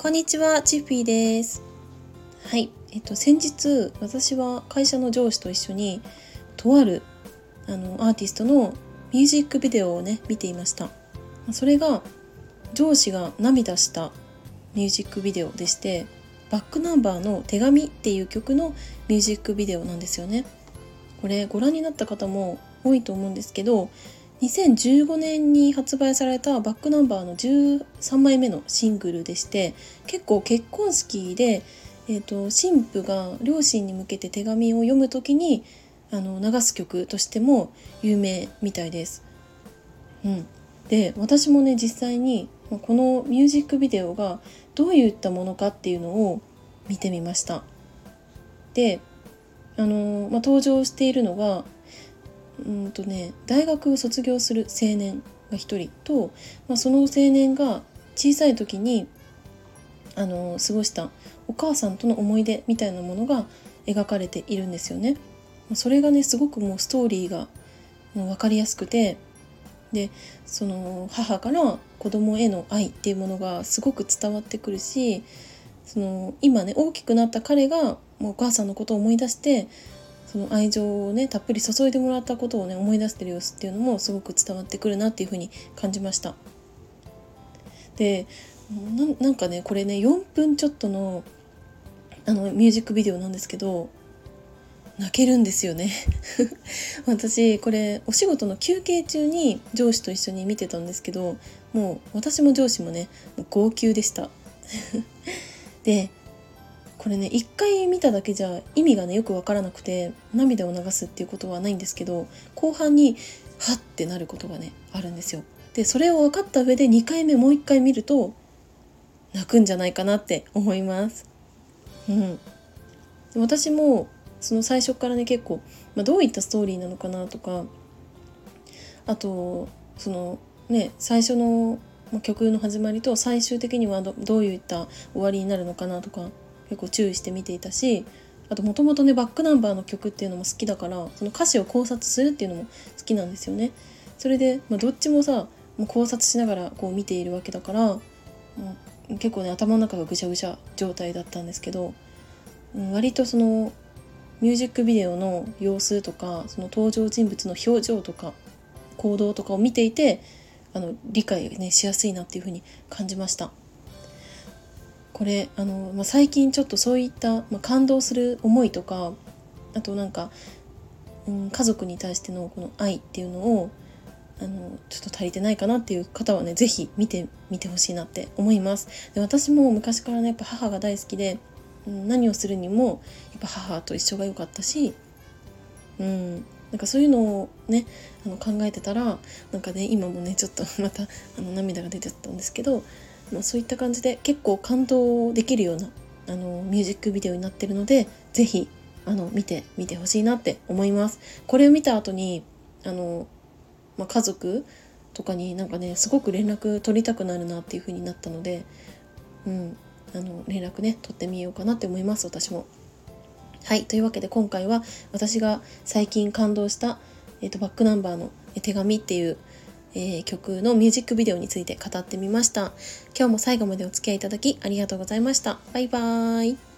こんにちは、チッピーです。はい、先日私は会社の上司と一緒にとあるアーティストのミュージックビデオをね見ていました。それが上司が涙したミュージックビデオでして、バックナンバーの手紙っていう曲のミュージックビデオなんですよね。これご覧になった方も多いと思うんですけど、2015年に発売されたバックナンバーの13枚目のシングルでして、結構結婚式で、新婦が両親に向けて手紙を読むときに流す曲としても有名みたいです。で、私もね実際にこのミュージックビデオがどういったものかっていうのを見てみました。で、登場しているのが大学を卒業する青年が一人と、その青年が小さい時に過ごしたお母さんとの思い出みたいなものが描かれているんですよね。それがねすごくもうストーリーが分かりやすくて、でその母から子供への愛っていうものがすごく伝わってくるし、今ね大きくなった彼がもうお母さんのことを思い出して、その愛情をねたっぷり注いでもらったことをね思い出してる様子っていうのもすごく伝わってくるなっていう風に感じました。で、なんかねこれね4分ちょっとのミュージックビデオなんですけど、泣けるんですよね私これお仕事の休憩中に上司と一緒に見てたんですけど、もう私も上司もねもう号泣でしたでこれね一回見ただけじゃ意味がねよくわからなくて涙を流すっていうことはないんですけど、後半にハッってなることがねあるんですよ。でそれを分かった上で2回目もう1回見ると泣くんじゃないかなって思います。私もその最初からね結構、どういったストーリーなのかなとか、あとそのね最初の曲の始まりと最終的にはどういった終わりになるのかなとか結構注意して見ていたし、あともともとねバックナンバーの曲っていうのも好きだから、その歌詞を考察するっていうのも好きなんですよね。それで、どっちもさもう考察しながらこう見ているわけだから、結構ね頭の中がぐしゃぐしゃ状態だったんですけど、割とそのミュージックビデオの様子とかその登場人物の表情とか行動とかを見ていて理解ねしやすいなっていう風に感じました。これ最近ちょっとそういった、感動する思いとか、あとなんか、家族に対してのこの愛っていうのをちょっと足りてないかなっていう方はねぜひ見てみてほしいなって思います。で、私も昔からねやっぱ母が大好きで、何をするにもやっぱ母と一緒が良かったし、なんかそういうのをね考えてたらなんかね今もねちょっとまた涙が出てたんですけど、そういった感じで結構感動できるようなミュージックビデオになってるので、ぜひ見てみてほしいなって思います。これを見た後に家族とかになんかねすごく連絡取りたくなるなっていう風になったので、連絡ね取ってみようかなって思います。私も。はい、というわけで今回は私が最近感動した、バックナンバーの手紙っていう、曲のミュージックビデオについて語ってみました。今日も最後までお付き合いいただきありがとうございました。バイバーイ。